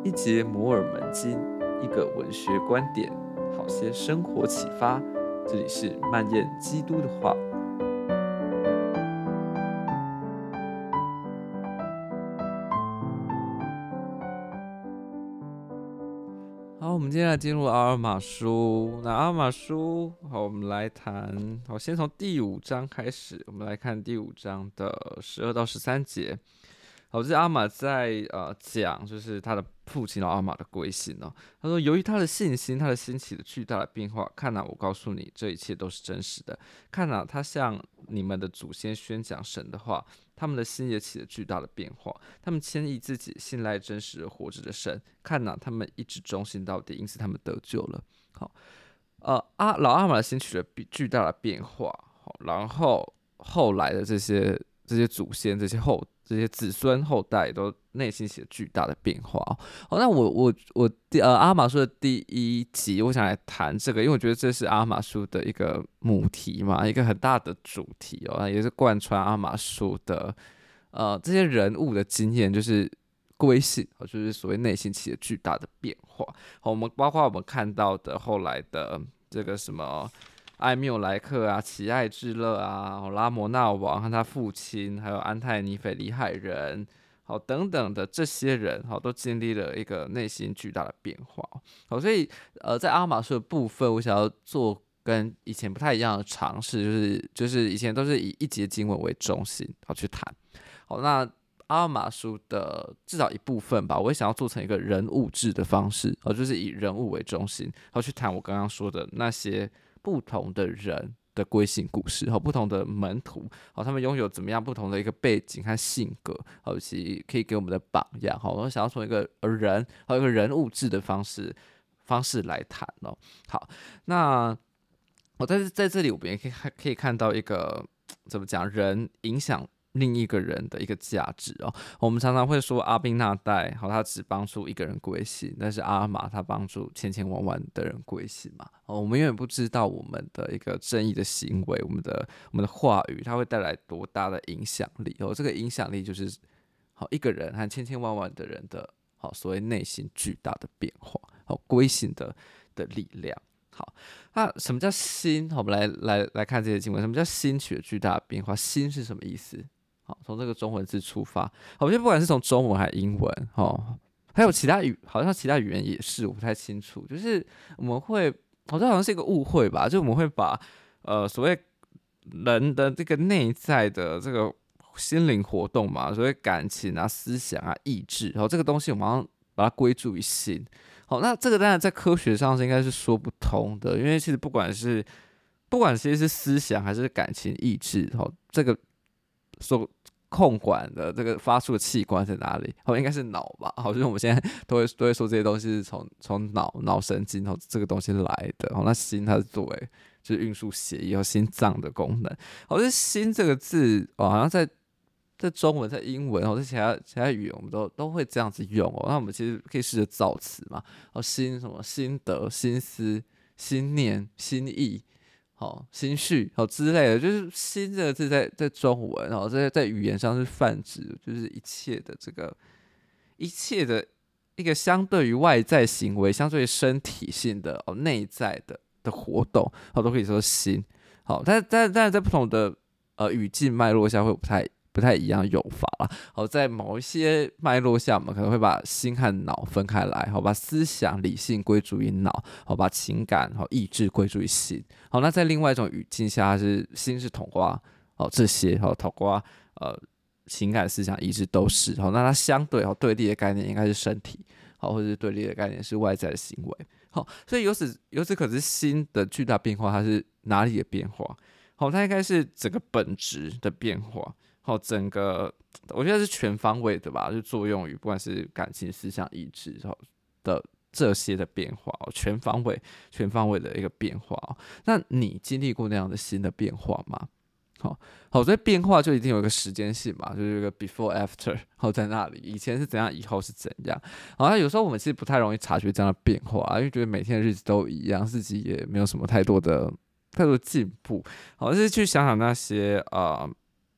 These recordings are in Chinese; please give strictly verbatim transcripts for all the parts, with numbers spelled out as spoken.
一节摩尔门经，一个文学观点，好些生活启发。这里是漫言基督的话。好，我们接下来进入阿尔玛书。那阿尔玛书，好，我们来谈。好，先从第五章开始，我们来看第五章的十二到十三节。好，这是阿玛在呃讲，就是他的父亲阿玛的归信哦。他说，由于他的信心，他的兴起的巨大的变化，看哪，我告诉你，这一切都是真实的。看哪，他向你们的祖先宣讲神的话，他们的心也起了巨大的变化。他们谦抑自己，信赖真实而活着的神。看哪，他们一直忠心到底，因此他们得救了。好，呃，阿老阿玛的心起了巨大的变化。好，然后后来的这些这些祖先，这些后。这些子孙后代都内心起了巨大的变化哦。哦那我我我呃阿玛书的第一集，我想来谈这个，因为我觉得这是阿玛书的一个母题嘛，一个很大的主题哦，也是贯穿阿玛书的呃这些人物的经验，就是归信，就是所谓内心起了巨大的变化。好，我们包括我们看到的后来的这个什么。艾缪莱克啊，奇艾智勒啊，拉摩纳王和他父亲，还有安泰尼腓里海人，好等等的这些人，好都经历了一个内心巨大的变化。好，所以呃，在阿玛书的部分，我想要做跟以前不太一样的尝试，就是就是以前都是以一节经文为中心，好去谈。好，那阿玛书的至少一部分吧，我也想要做成一个人物志的方式，好，就是以人物为中心，好去谈我刚刚说的那些。不同的人的归信故事，和不同的门徒，他们拥有怎么样不同的一个背景和性格，以及可以给我们的榜样。我想要从一个人和一个人物志的方式方式来谈哦。好，那我在在这里，我们也可以可以看到一个怎么讲，人影响另一个人的一个价值哦。我们常常会说阿宾那代，好，他只帮助一个人归信，但是阿玛他帮助千千万万的人归信嘛。哦，我们永远不知道我们的一个正义的行为，我们的我们的话语，它会带来多大的影响力哦。这个影响力就是好一个人和千千万万的人的好所谓内心巨大的变化，好归信的的力量。好，那什么叫心？我们来来来看这些经文，什么叫心起了巨大的变化？心是什么意思？好，从这个中文字出发，我觉得不管是从中文还是英文，哦，还有其他语，好像其他语言也是，我不太清楚。就是我们会，好像好像是一个误会吧，就我们会把呃所谓人的这个内在的这个心灵活动嘛，所谓感情啊、思想啊、意志，然后这个东西我们好像把它归注于心。好，那这个当然在科学上是应该是说不通的，因为其实不管是不管其实是思想还是感情、意志，好，这个。所控管的这个发出的器官在哪里？哦，应该是脑吧。好，就是我们现在都会都会说这些东西是从从脑脑神经哦这个东西来的。哦，那心它是作为就是运输血液和心脏的功能。好，这心这个字哦，好像在在中文、在英文或者其他其他语言，我们都都会这样子用哦。那我们其实可以试着造词嘛。哦，心什么心得、心思、心念、心意。好，心绪好之类的，就是心这个字在在中文，然后在在语言上是泛指，就是一切的这个一切的一个相对于外在行为，相对于身体性的哦内在的的活动，好都可以说心。好，但但但在不同的呃语境脉络下会不太。不太一样用法啦。好，在某一些脉络下，我们可能会把心和脑分开来，好，把思想、理性归诸于脑，好，把情感、好意志归诸于心。好，那在另外一种语境下，是心是统括哦这些，好，统括呃情感、思想、意志都是。好，那它相对好对立的概念应该是身体，好，或者是对立的概念是外在的行为。好，所以由此由此可知，心的巨大变化，它是哪里的变化？好，它应该是整个本质的变化。好，整个我觉得是全方位的吧，就作用于不管是感情、思想、意志的这些的变化，全方位、全方位的一个变化。那你经历过那样的新的变化吗？好，好，所以变化就一定有一个时间性嘛，就是一个 before after， 好在那里，以前是怎样，以后是怎样。好，那有时候我们其实不太容易察觉这样的变化，因为觉得每天的日子都一样，自己也没有什么太多的太多的进步。好，就是去想想那些呃。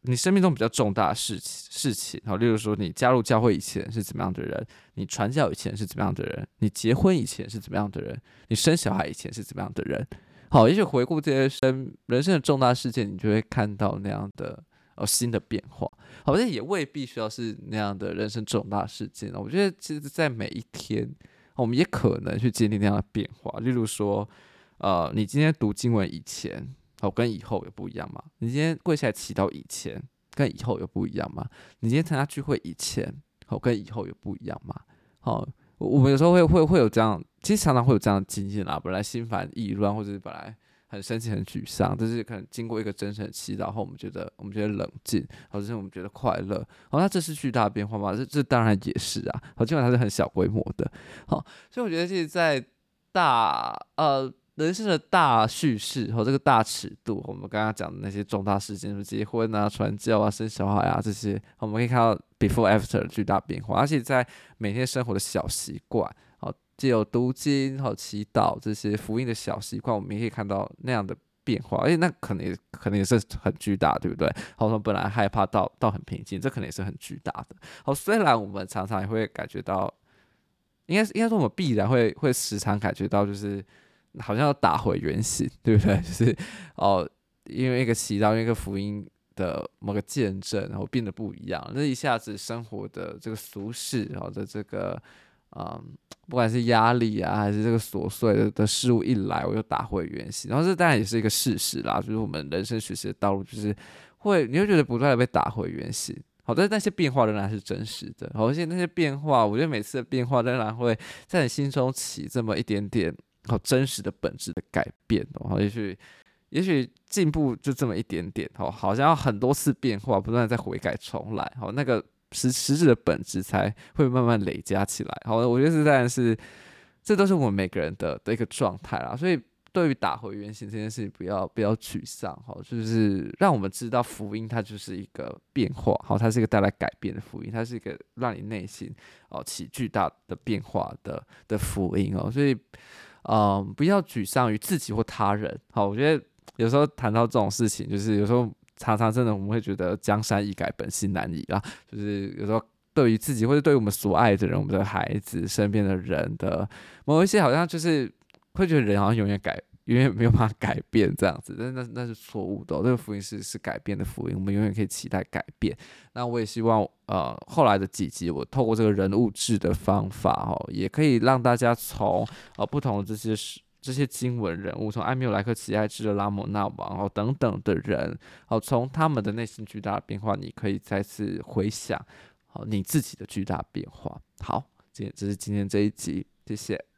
你生命中比较重大的事情事情，好，例如说你加入教会以前是怎么样的人，你传教以前是怎么样的人，你结婚以前是怎么样的人，你生小孩以前是怎么样的人。好，也许回顾这些生人生的重大事件，你就会看到那样的哦新的变化。好，像也未必需要是那样的人生重大事件。我觉得其实，在每一天，我们也可能去经历那样的变化。例如说，呃，你今天读经文以前，哦，跟以后有不一样吗？你今天跪下来祈祷以前，跟以后有不一样吗？你今天参加聚会以前，哦，跟以后有不一样吗？好，我们有时候会会会有这样，其实常常会有这样的经验啦。本来心烦意乱，或者是本来很生气、很沮丧，但是可能经过一个真诚的祈祷后，我们觉得我们觉得冷静，或者是我们觉得快乐。好，那这是巨大的变化吗？这这当然也是啊。好，尽管它是很小规模的。好，所以我觉得其实，在大呃人生的大叙事和这个大尺度，我们刚刚讲的那些重大事件，什么结婚啊、传教啊、生小孩啊这些，我们可以看到 before after 的巨大变化，而且在每天生活的小习惯，好，既有读经、好祈祷这些福音的小习惯，我们也可以看到那样的变化，而且那可能也可能也是很巨大，对不对？好，从本来害怕到到很平静，这可能也是很巨大的。好，虽然我们常常也会感觉到。应该应该说，我们必然会会时常感觉到，就是好像要打回原形，对不对？就是哦，因为一个祈祷，因为一个福音的某个见证，然后变得不一样，那一下子生活的这个俗世，然后的这个嗯，不管是压力啊，还是这个琐碎的的事物一来，我又打回原形。然后这当然也是一个事实啦，就是我们人生学习的道路，就是会你会觉得不断的被打回原形。好，但是那些变化仍然是真实的，好，而且那些变化，我觉得每次的变化仍然会在你心中起这么一点点好真实的本质的改变哦。好，也许也许进步就这么一点点，好，好像要很多次变化，不断在悔改重来，好，那个实实质的本质才会慢慢累加起来。好，我觉得这当然是这都是我们每个人的的一个状态啦，所以。对于打回原形这件事情，不要不要沮丧，好，就是让我们知道福音它就是一个变化，好，它是一个带来改变的福音，它是一个让你内心哦起巨大的变化的的福音哦，所以嗯，不要沮丧于自己或他人，好，我觉得有时候谈到这种事情，就是有时候常常真的我们会觉得江山易改，本性难移啦，就是有时候。对于自己或者对于我们所爱的人，我们的孩子、身边的人的某一些，好像就是会觉得人好像永远改，永远没有办法改变这样子，但是那那是错误的、哦。这个福音是是改变的福音，我们永远可以期待改变。那我也希望，呃，后来的几集，我透过这个人物志的方法，哦，也可以让大家从呃不同的这些这些经文人物，从艾缪莱克齐爱智的拉蒙纳王哦等等的人，哦，从他们的内心巨大的变化，你可以再次回想。好，你自己的巨大变化。好，今天这是今天这一集，谢谢。